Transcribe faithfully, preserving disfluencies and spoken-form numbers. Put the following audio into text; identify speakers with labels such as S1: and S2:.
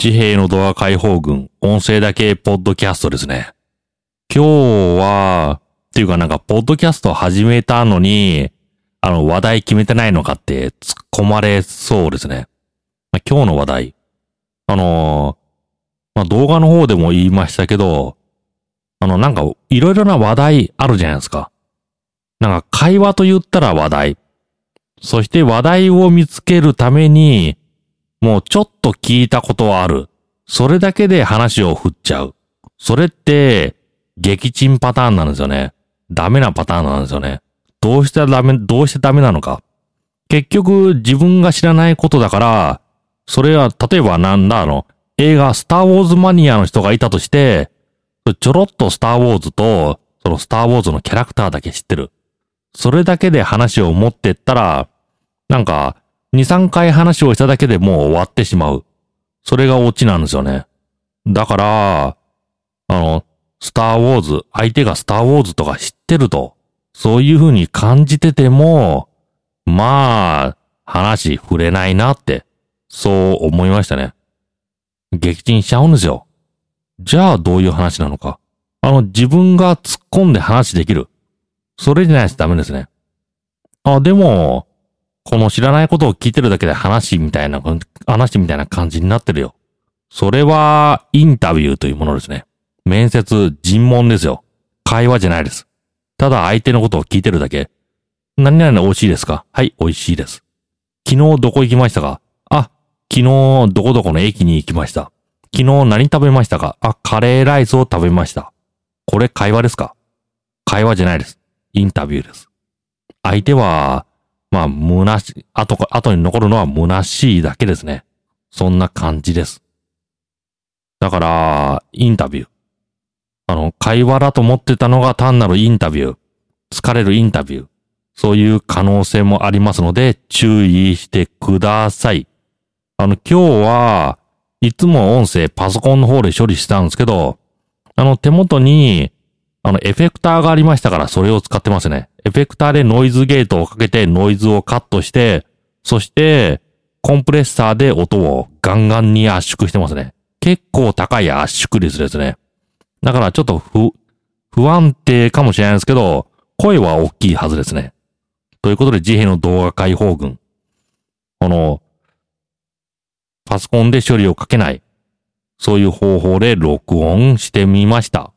S1: 自閉のドア解放軍、音声だけポッドキャストですね。今日は、っていうかなんか、ポッドキャスト始めたのに、あの、話題決めてないのかって突っ込まれそうですね。まあ、今日の話題。あのー、まあ、動画の方でも言いましたけど、あの、なんか、いろいろな話題あるじゃないですか。なんか、会話と言ったら話題。そして話題を見つけるために、もうちょっと聞いたことはある。それだけで話を振っちゃう。それって、撃沈パターンなんですよね。ダメなパターンなんですよね。どうしてダメ、どうしてダメなのか。結局、自分が知らないことだから、それは、例えばなんだ、あの、映画スターウォーズマニアの人がいたとして、ちょろっとスターウォーズと、そのスターウォーズのキャラクターだけ知ってる。それだけで話を持ってったら、なんか、に、さんかい話をしただけでもう終わってしまう。それがオチなんですよね。だから、あの、スターウォーズ、相手がスターウォーズとか知ってると、そういう風に感じてても、まあ、話触れないなって、そう思いましたね。撃沈しちゃうんですよ。じゃあどういう話なのか。あの、自分が突っ込んで話できる。それじゃないとダメですね。あ、でも、この知らないことを聞いてるだけで話みたいな、話みたいな感じになってるよ。それは、インタビューというものですね。面接、尋問ですよ。会話じゃないです。ただ相手のことを聞いてるだけ。何々美味しいですか？はい、美味しいです。昨日どこ行きましたか？あ、昨日どこどこの駅に行きました。昨日何食べましたか？あ、カレーライスを食べました。これ会話ですか？会話じゃないです。インタビューです。相手は、まあ、虚しい、後か、後に残るのは虚しいだけですね。そんな感じです。だから、インタビュー。あの、会話だと思ってたのが単なるインタビュー。疲れるインタビュー。そういう可能性もありますので、注意してください。あの、今日は、いつも音声パソコンの方で処理したんですけど、あの、手元に、あの、エフェクターがありましたから、それを使ってますね。エフェクターでノイズゲートをかけてノイズをカットして、そして、コンプレッサーで音をガンガンに圧縮してますね。結構高い圧縮率ですね。だからちょっと不、不安定かもしれないですけど、声は大きいはずですね。ということで、自閉の動画解放軍。この、パソコンで処理をかけない。そういう方法で録音してみました。